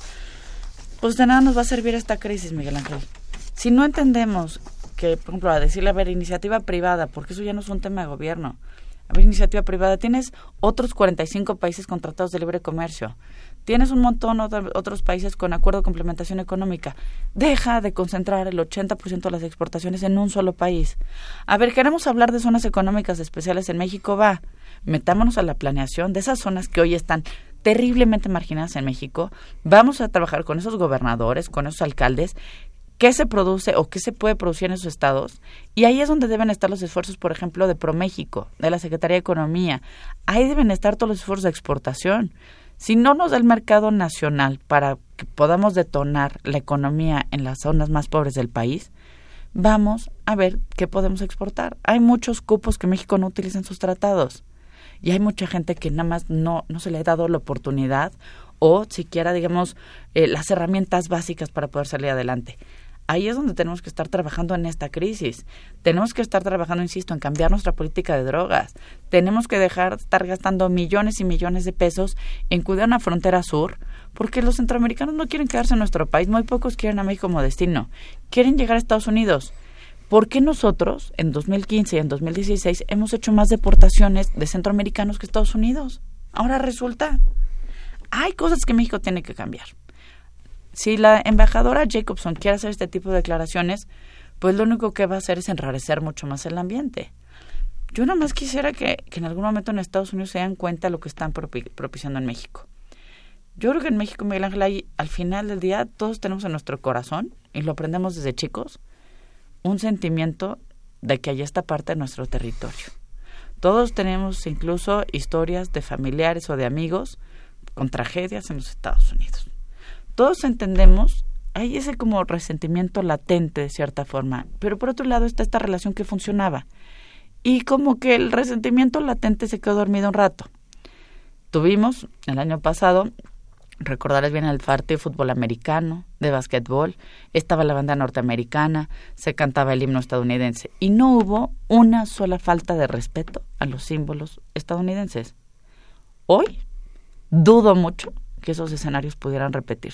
pues de nada nos va a servir esta crisis, Miguel Ángel. Si no entendemos que, por ejemplo, a decirle, a ver, iniciativa privada, porque eso ya no es un tema de gobierno. A ver, iniciativa privada, tienes otros 45 países con tratados de libre comercio. Tienes un montón de otros países con acuerdo de complementación económica. Deja de concentrar el 80% de las exportaciones en un solo país. A ver, queremos hablar de zonas económicas especiales en México, metámonos a la planeación de esas zonas que hoy están terriblemente marginadas en México. Vamos a trabajar con esos gobernadores, con esos alcaldes, qué se produce o qué se puede producir en esos estados, y ahí es donde deben estar los esfuerzos, por ejemplo, de ProMéxico, de la Secretaría de Economía. Ahí deben estar todos los esfuerzos de exportación. Si no nos da el mercado nacional para que podamos detonar la economía en las zonas más pobres del país, vamos a ver qué podemos exportar. Hay muchos cupos que México no utiliza en sus tratados, y hay mucha gente que nada más no se le ha dado la oportunidad o siquiera, digamos, las herramientas básicas para poder salir adelante. Ahí es donde tenemos que estar trabajando en esta crisis. Tenemos que estar trabajando, insisto, en cambiar nuestra política de drogas. Tenemos que dejar de estar gastando millones y millones de pesos en cuidar una frontera sur, porque los centroamericanos no quieren quedarse en nuestro país. Muy pocos quieren a México como destino. Quieren llegar a Estados Unidos. ¿Por qué nosotros, en 2015 y en 2016, hemos hecho más deportaciones de centroamericanos que Estados Unidos? Ahora resulta, hay cosas que México tiene que cambiar. Si la embajadora Jacobson quiere hacer este tipo de declaraciones, pues lo único que va a hacer es enrarecer mucho más el ambiente. Yo nada más quisiera que en algún momento en Estados Unidos se den cuenta de lo que están propiciando en México. Yo creo que en México, Miguel Ángel, al final del día todos tenemos en nuestro corazón, y lo aprendemos desde chicos, un sentimiento de que allá está parte de nuestro territorio. Todos tenemos incluso historias de familiares o de amigos con tragedias en los Estados Unidos. Todos entendemos, hay ese como resentimiento latente de cierta forma, pero por otro lado está esta relación que funcionaba. Y como que el resentimiento latente se quedó dormido un rato. Tuvimos el año pasado, recordarás bien, el partido de fútbol americano, de básquetbol, estaba la banda norteamericana, se cantaba el himno estadounidense y no hubo una sola falta de respeto a los símbolos estadounidenses. Hoy dudo mucho que esos escenarios pudieran repetirse.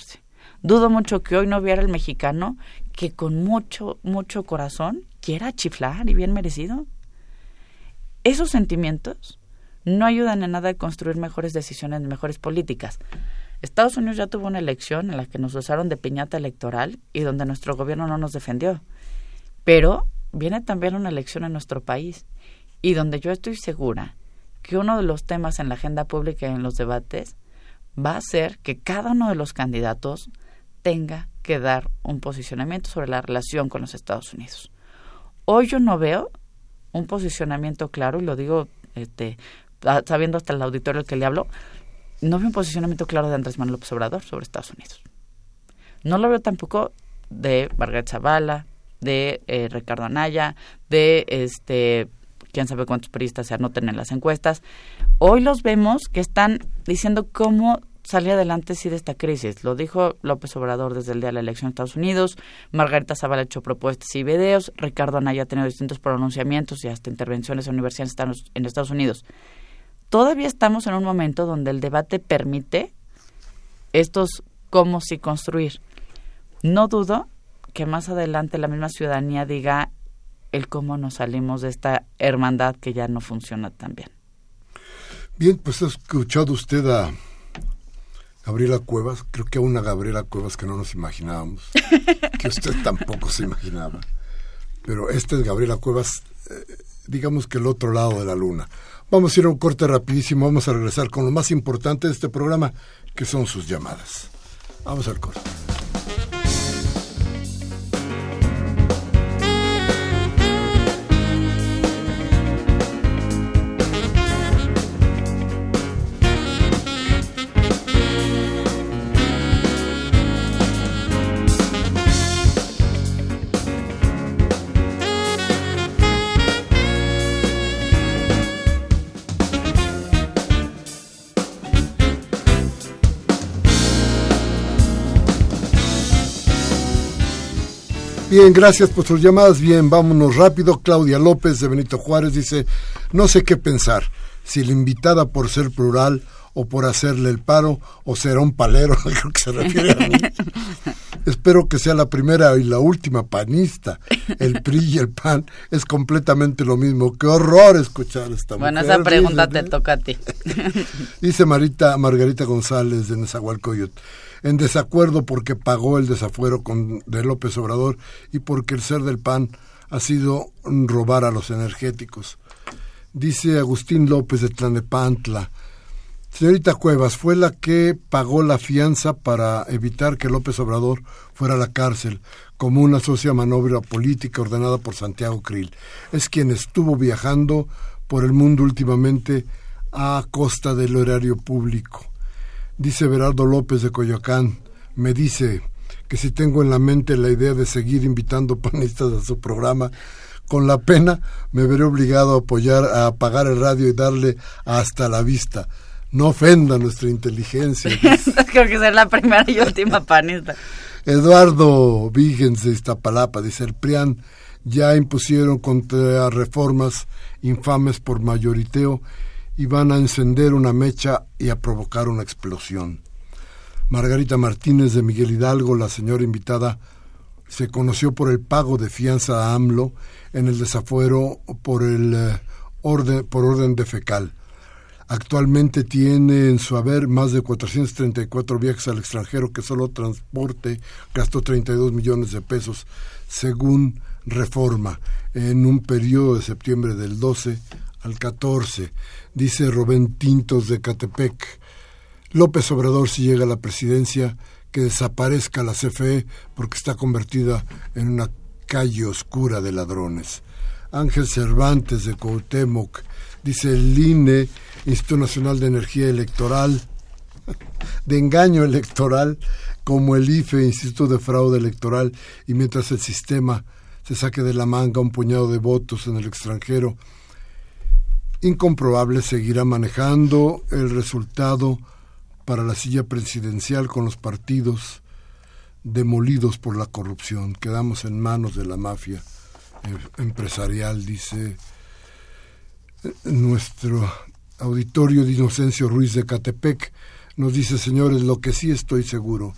Dudo mucho que hoy no hubiera el mexicano que con mucho, mucho corazón quiera chiflar y bien merecido. Esos sentimientos no ayudan en nada a construir mejores decisiones, mejores políticas. Estados Unidos ya tuvo una elección en la que nos usaron de piñata electoral y donde nuestro gobierno no nos defendió. Pero viene también una elección en nuestro país y donde yo estoy segura que uno de los temas en la agenda pública y en los debates va a ser que cada uno de los candidatos tenga que dar un posicionamiento sobre la relación con los Estados Unidos. Hoy yo no veo un posicionamiento claro, y lo digo sabiendo hasta el auditorio al que le hablo, no veo un posicionamiento claro de Andrés Manuel López Obrador sobre Estados Unidos. No lo veo tampoco de Margarita Zavala, de Ricardo Anaya, de quién sabe cuántos periodistas se anoten en las encuestas. Hoy los vemos que están diciendo cómo salir adelante sí de esta crisis. Lo dijo López Obrador desde el día de la elección en Estados Unidos, Margarita Zavala ha hecho propuestas y videos, Ricardo Anaya ha tenido distintos pronunciamientos y hasta intervenciones en universidades en Estados Unidos. Todavía estamos en un momento donde el debate permite estos cómo sí construir. No dudo que más adelante la misma ciudadanía diga el cómo nos salimos de esta hermandad que ya no funciona tan bien. Bien, pues ha escuchado usted a Gabriela Cuevas, creo que a una Gabriela Cuevas que no nos imaginábamos, que usted tampoco se imaginaba, pero esta es Gabriela Cuevas, digamos que el otro lado de la luna. Vamos a ir a un corte rapidísimo, vamos a regresar con lo más importante de este programa, que son sus llamadas. Vamos al corte. Bien, gracias por sus llamadas. Bien, vámonos rápido. Claudia López de Benito Juárez dice, no sé qué pensar, si la invitada por ser plural o por hacerle el paro o será un palero, creo que se refiere a mí. Espero que sea la primera y la última panista. El PRI y el PAN es completamente lo mismo. ¡Qué horror escuchar esta mujer! Bueno, esa pregunta te toca a ti. Dice Margarita González de Nezahualcóyotl, en desacuerdo porque pagó el desafuero de López Obrador y porque el ser del PAN ha sido robar a los energéticos. Dice Agustín López de Tlalnepantla, señorita Cuevas, fue la que pagó la fianza para evitar que López Obrador fuera a la cárcel, como una socia maniobra política ordenada por Santiago Krill. Es quien estuvo viajando por el mundo últimamente a costa del erario público. Dice Berardo López de Coyoacán, me dice que si tengo en la mente la idea de seguir invitando panistas a su programa, con la pena me veré obligado a apagar el radio y darle hasta la vista. No ofenda nuestra inteligencia. Creo que será la primera y última panista. Eduardo Vígens de Iztapalapa dice, el PRIAN ya impusieron contra reformas infames por mayoriteo y van a encender una mecha y a provocar una explosión. Margarita Martínez de Miguel Hidalgo, la señora invitada, se conoció por el pago de fianza a AMLO en el desafuero por orden de Fecal. Actualmente tiene en su haber más de 434 viajes al extranjero, que solo transporte gastó 32 millones de pesos, según Reforma, en un periodo de septiembre del 12 al 14. Dice Rubén Tintos de Catepec, López Obrador, si llega a la presidencia, que desaparezca la CFE porque está convertida en una calle oscura de ladrones. Ángel Cervantes de Cuauhtémoc dice, el INE, Instituto Nacional de Energía Electoral, de engaño electoral, como el IFE, Instituto de Fraude Electoral, y mientras el sistema se saque de la manga un puñado de votos en el extranjero, incomprobable, seguirá manejando el resultado para la silla presidencial con los partidos demolidos por la corrupción. Quedamos en manos de la mafia empresarial, dice nuestro auditorio de Inocencio Ruiz de Catepec. Nos dice, señores, lo que sí estoy seguro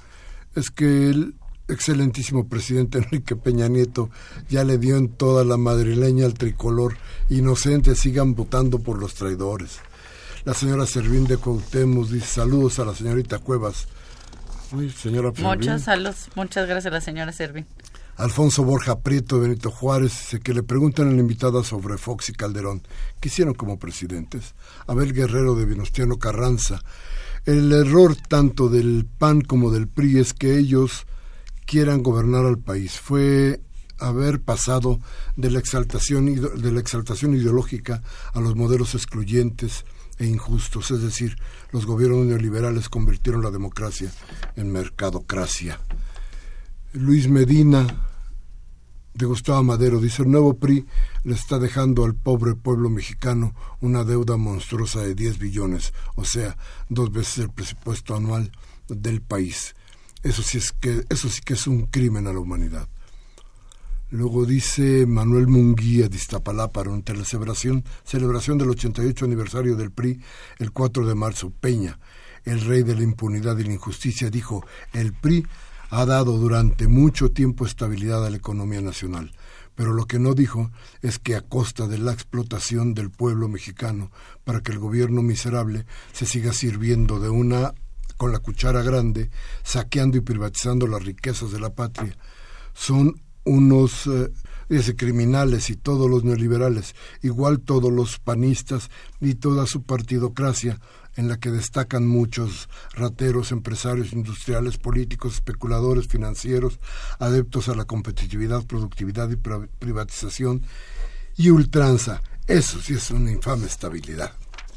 es que el excelentísimo presidente Enrique Peña Nieto ya le dio en toda la madrileña al tricolor. Inocentes, sigan votando por los traidores. La señora Servín de Cuauhtémoc dice: saludos a la señorita Cuevas. Uy, señora Servín. Muchos saludos, muchas gracias a la señora Servín. Alfonso Borja Prieto de Benito Juárez dice que le preguntan a la invitada sobre Fox y Calderón. ¿Qué hicieron como presidentes? Abel Guerrero de Venustiano Carranza: el error tanto del PAN como del PRI es que ellos quieran gobernar al país. Fue haber pasado de la exaltación ideológica a los modelos excluyentes e injustos, es decir, los gobiernos neoliberales convirtieron la democracia en mercadocracia. Luis Medina de Gustavo Madero dice: el nuevo PRI le está dejando al pobre pueblo mexicano una deuda monstruosa de 10 billones, o sea, 2 veces el presupuesto anual del país. Eso sí que es un crimen a la humanidad. Luego dice Manuel Munguía de Iztapalapa, ante la celebración del 88 aniversario del PRI el 4 de marzo, Peña, el rey de la impunidad y la injusticia, dijo: el PRI ha dado durante mucho tiempo estabilidad a la economía nacional, pero lo que no dijo es que a costa de la explotación del pueblo mexicano para que el gobierno miserable se siga sirviendo con la cuchara grande, saqueando y privatizando las riquezas de la patria. Son unos criminales, y todos los neoliberales, igual todos los panistas y toda su partidocracia, en la que destacan muchos rateros, empresarios industriales, políticos, especuladores financieros, adeptos a la competitividad, productividad y privatización y ultranza. Eso sí es una infame estabilidad.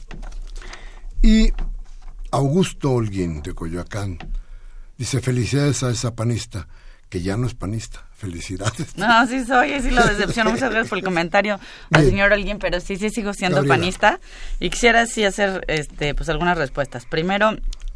Y Augusto Holguín de Coyoacán dice: felicidades a esa panista, que ya no es panista. Felicidades. No, sí soy, sí lo decepciono. Muchas gracias por el comentario al señor Holguín, pero sí sigo siendo Gabriela. Panista, y quisiera así hacer pues algunas respuestas. Primero,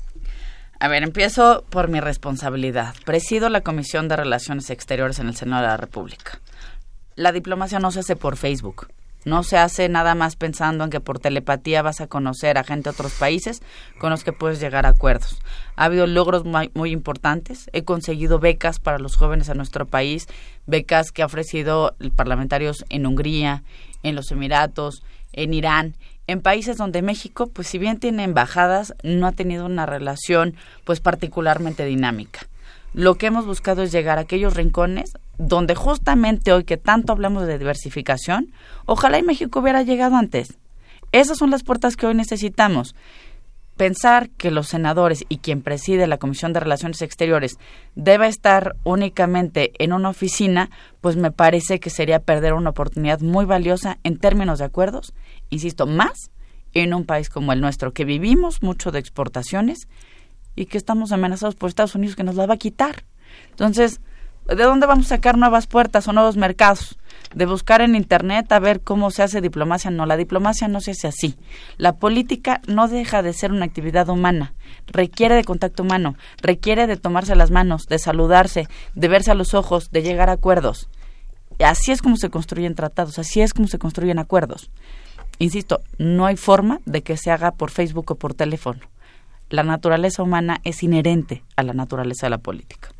empiezo por mi responsabilidad. Presido la Comisión de Relaciones Exteriores en el Senado de la República. La diplomacia no se hace por Facebook. No se hace nada más pensando en que por telepatía vas a conocer a gente de otros países con los que puedes llegar a acuerdos. Ha habido logros muy importantes. He conseguido becas para los jóvenes a nuestro país, becas que ha ofrecido parlamentarios en Hungría, en los Emiratos, en Irán, en países donde México, pues si bien tiene embajadas, no ha tenido una relación pues particularmente dinámica. Lo que hemos buscado es llegar a aquellos rincones donde justamente hoy que tanto hablamos de diversificación, ojalá y México hubiera llegado antes. Esas son las puertas que hoy necesitamos. Pensar que los senadores y quien preside la Comisión de Relaciones Exteriores debe estar únicamente en una oficina, pues me parece que sería perder una oportunidad muy valiosa en términos de acuerdos, insisto, más en un país como el nuestro, que vivimos mucho de exportaciones y que estamos amenazados por Estados Unidos, que nos la va a quitar. Entonces, ¿de dónde vamos a sacar nuevas puertas o nuevos mercados? De buscar en Internet a ver cómo se hace diplomacia. No, la diplomacia no se hace así. La política no deja de ser una actividad humana. Requiere de contacto humano, requiere de tomarse las manos, de saludarse, de verse a los ojos, de llegar a acuerdos. Y así es como se construyen tratados, así es como se construyen acuerdos. Insisto, no hay forma de que se haga por Facebook o por teléfono. La naturaleza humana es inherente a la naturaleza de la política.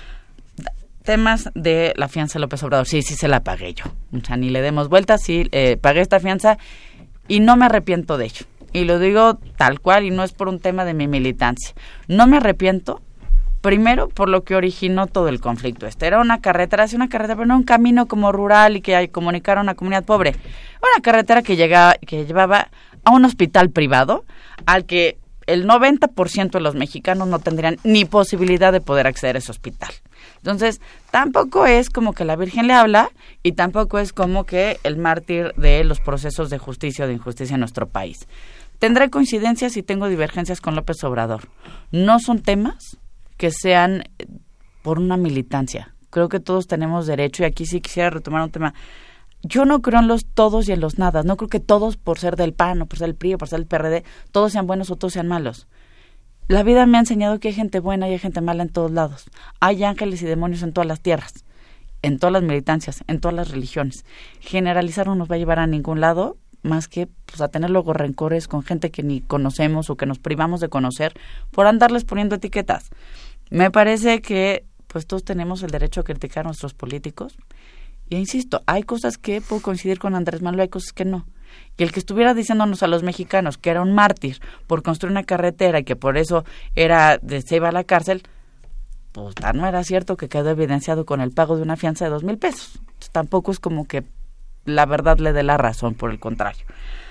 Temas de la fianza de López Obrador. Sí se la pagué yo. O sea, ni le demos vueltas. Sí, pagué esta fianza y no me arrepiento de ello. Y lo digo tal cual, y no es por un tema de mi militancia. No me arrepiento, primero, por lo que originó todo el conflicto. Era una carretera, pero no un camino como rural y que comunicara a una comunidad pobre. Una carretera que llevaba a un hospital privado al que el 90% de los mexicanos no tendrían ni posibilidad de poder acceder a ese hospital. Entonces, tampoco es como que la Virgen le habla y tampoco es como que el mártir de los procesos de justicia o de injusticia en nuestro país. Tendré coincidencias y tengo divergencias con López Obrador. No son temas que sean por una militancia. Creo que todos tenemos derecho, y aquí sí quisiera retomar un tema. Yo no creo en los todos y en los nadas. No creo que todos, por ser del PAN o por ser del PRI o por ser del PRD, todos sean buenos o todos sean malos. La vida me ha enseñado que hay gente buena y hay gente mala en todos lados. Hay ángeles y demonios en todas las tierras, en todas las militancias, en todas las religiones. Generalizar no nos va a llevar a ningún lado, más que a tener luego rencores con gente que ni conocemos o que nos privamos de conocer por andarles poniendo etiquetas. Me parece que pues todos tenemos el derecho a criticar a nuestros políticos. Y insisto, hay cosas que puedo coincidir con Andrés Manuel, hay cosas que no. Y el que estuviera diciéndonos a los mexicanos que era un mártir por construir una carretera y que por eso se iba a la cárcel, pues no era cierto, que quedó evidenciado con el pago de una fianza de $2,000. Entonces, tampoco es como que la verdad le dé la razón, por el contrario.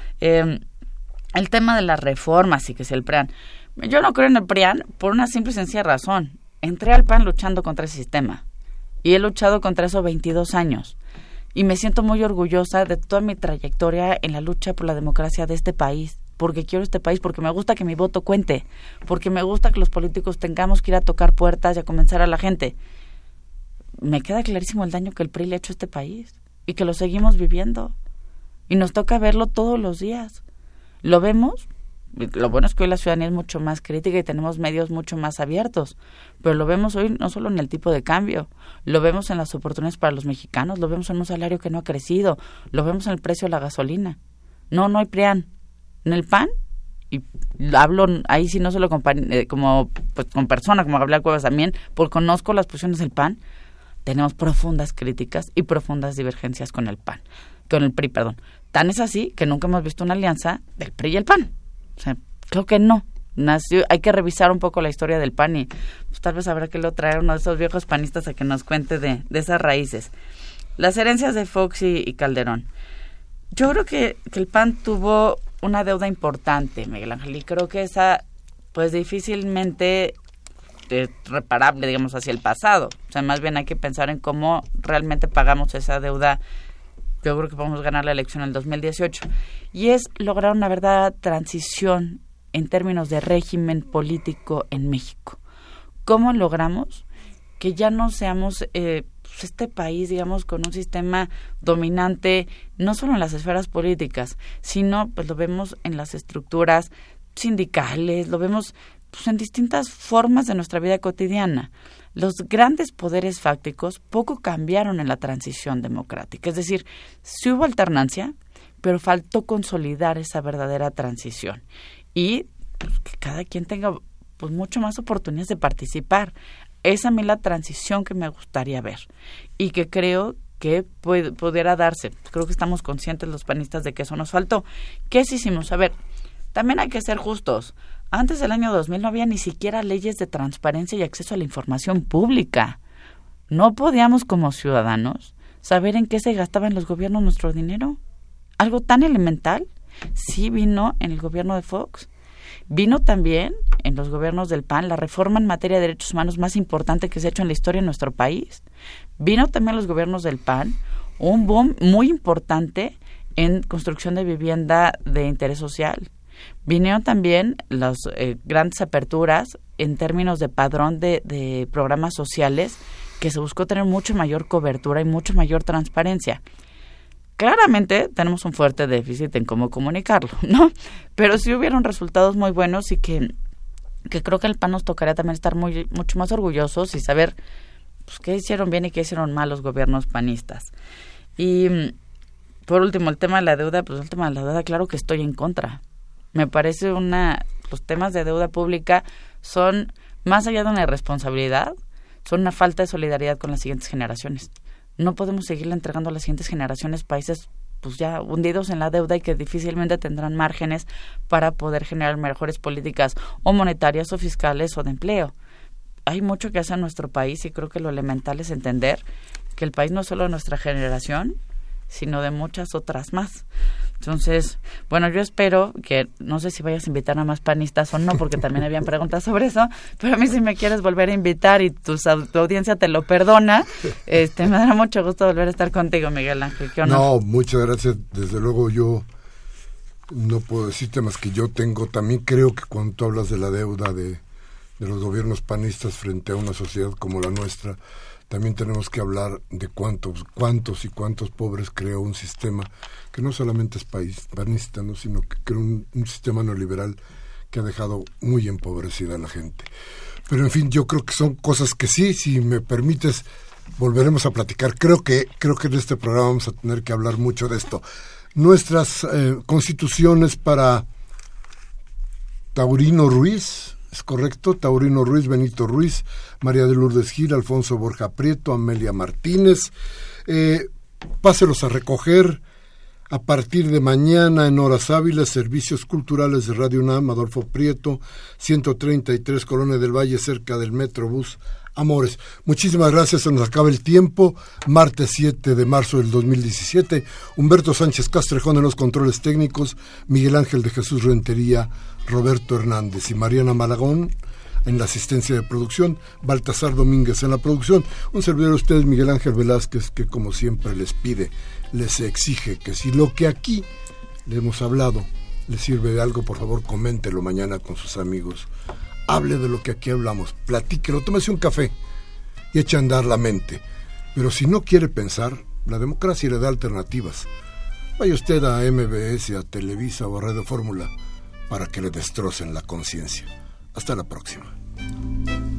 El tema de las reformas y que si el PRIAN. Yo no creo en el PRIAN por una simple y sencilla razón. Entré al PAN luchando contra ese sistema. Y he luchado contra eso 22 años. Y me siento muy orgullosa de toda mi trayectoria en la lucha por la democracia de este país. Porque quiero este país, porque me gusta que mi voto cuente. Porque me gusta que los políticos tengamos que ir a tocar puertas y a convencer a la gente. Me queda clarísimo el daño que el PRI le ha hecho a este país. Y que lo seguimos viviendo. Y nos toca verlo todos los días. Lo vemos. Lo bueno es que hoy la ciudadanía es mucho más crítica y tenemos medios mucho más abiertos, pero lo vemos hoy no solo en el tipo de cambio, lo vemos en las oportunidades para los mexicanos, lo vemos en un salario que no ha crecido, lo vemos en el precio de la gasolina. No hay PRIAN. En el PAN, y hablo ahí sí no solo con persona, como Gabriela Cuevas también, porque conozco las posiciones del PAN, tenemos profundas críticas y profundas divergencias con el PRI. Tan es así que nunca hemos visto una alianza del PRI y el PAN. O sea, creo que no. Hay que revisar un poco la historia del PAN y pues, tal vez habrá que traer uno de esos viejos panistas a que nos cuente de esas raíces. Las herencias de Fox y Calderón. Yo creo que el PAN tuvo una deuda importante, Miguel Ángel, y creo que esa pues difícilmente reparable, digamos, hacia el pasado. O sea, más bien hay que pensar en cómo realmente pagamos esa deuda. Yo creo que podemos ganar la elección en el 2018. Y es lograr una verdadera transición en términos de régimen político en México. ¿Cómo logramos que ya no seamos este país, digamos, con un sistema dominante, no solo en las esferas políticas, sino pues lo vemos en las estructuras sindicales, lo vemos pues, en distintas formas de nuestra vida cotidiana? Los grandes poderes fácticos poco cambiaron en la transición democrática. Es decir, sí hubo alternancia, pero faltó consolidar esa verdadera transición. Y pues, que cada quien tenga pues mucho más oportunidades de participar. Esa a mí la transición que me gustaría ver. Y que creo que pudiera darse. Creo que estamos conscientes los panistas de que eso nos faltó. ¿Qué hicimos? A ver, también hay que ser justos. Antes del año 2000 no había ni siquiera leyes de transparencia y acceso a la información pública. No podíamos como ciudadanos saber en qué se gastaba en los gobiernos nuestro dinero. Algo tan elemental. Sí vino en el gobierno de Fox. Vino también en los gobiernos del PAN la reforma en materia de derechos humanos más importante que se ha hecho en la historia de nuestro país. Vino también en los gobiernos del PAN un boom muy importante en construcción de vivienda de interés social. Vinieron también las grandes aperturas en términos de padrón de programas sociales que se buscó tener mucho mayor cobertura y mucho mayor transparencia. Claramente tenemos un fuerte déficit en cómo comunicarlo, ¿no? Pero sí hubieron resultados muy buenos y que creo que al PAN nos tocaría también estar mucho más orgullosos y saber pues, qué hicieron bien y qué hicieron mal los gobiernos panistas. Y por último, el tema de la deuda, pues el tema de la deuda, claro que estoy en contra. Me parece los temas de deuda pública son, más allá de una irresponsabilidad, son una falta de solidaridad con las siguientes generaciones. No podemos seguirle entregando a las siguientes generaciones países pues ya hundidos en la deuda y que difícilmente tendrán márgenes para poder generar mejores políticas o monetarias o fiscales o de empleo. Hay mucho que hacer en nuestro país y creo que lo elemental es entender que el país no es solo de nuestra generación, sino de muchas otras más. Entonces, bueno, yo espero que, no sé si vayas a invitar a más panistas o no, porque también habían preguntas sobre eso, pero a mí si me quieres volver a invitar y tu audiencia te lo perdona, me dará mucho gusto volver a estar contigo, Miguel Ángel. ¿Qué honor? No, muchas gracias. Desde luego yo no puedo decirte más que yo también creo que cuando tú hablas de la deuda de los gobiernos panistas frente a una sociedad como la nuestra, también tenemos que hablar de cuántos y cuántos pobres creó un sistema que no solamente es panista, ¿no? Sino que creó un sistema neoliberal que ha dejado muy empobrecida a la gente. Pero en fin, yo creo que son cosas que sí, si me permites, volveremos a platicar. Creo que en este programa vamos a tener que hablar mucho de esto. Nuestras constituciones para Taurino Ruiz, Es correcto, Taurino Ruiz, Benito Ruiz, María de Lourdes Gil, Alfonso Borja Prieto, Amelia Martínez. Páselos a recoger a partir de mañana en horas hábiles, Servicios Culturales de Radio UNAM, Adolfo Prieto, 133, Colonia del Valle, cerca del Metrobús Amores. Muchísimas gracias, se nos acaba el tiempo. Martes 7 de marzo del 2017, Humberto Sánchez Castrejón en los controles técnicos, Miguel Ángel de Jesús Rentería, Roberto Hernández y Mariana Malagón en la asistencia de producción, Baltasar Domínguez en la producción. Un servidor de ustedes, Miguel Ángel Velázquez, que como siempre les pide, les exige que si lo que aquí le hemos hablado les sirve de algo, por favor coméntelo mañana con sus amigos. Hable de lo que aquí hablamos, platíquelo, tómese un café y eche a andar la mente. Pero si no quiere pensar, la democracia le da alternativas. Vaya usted a MBS, a Televisa o a Radio Fórmula para que le destrocen la conciencia. Hasta la próxima.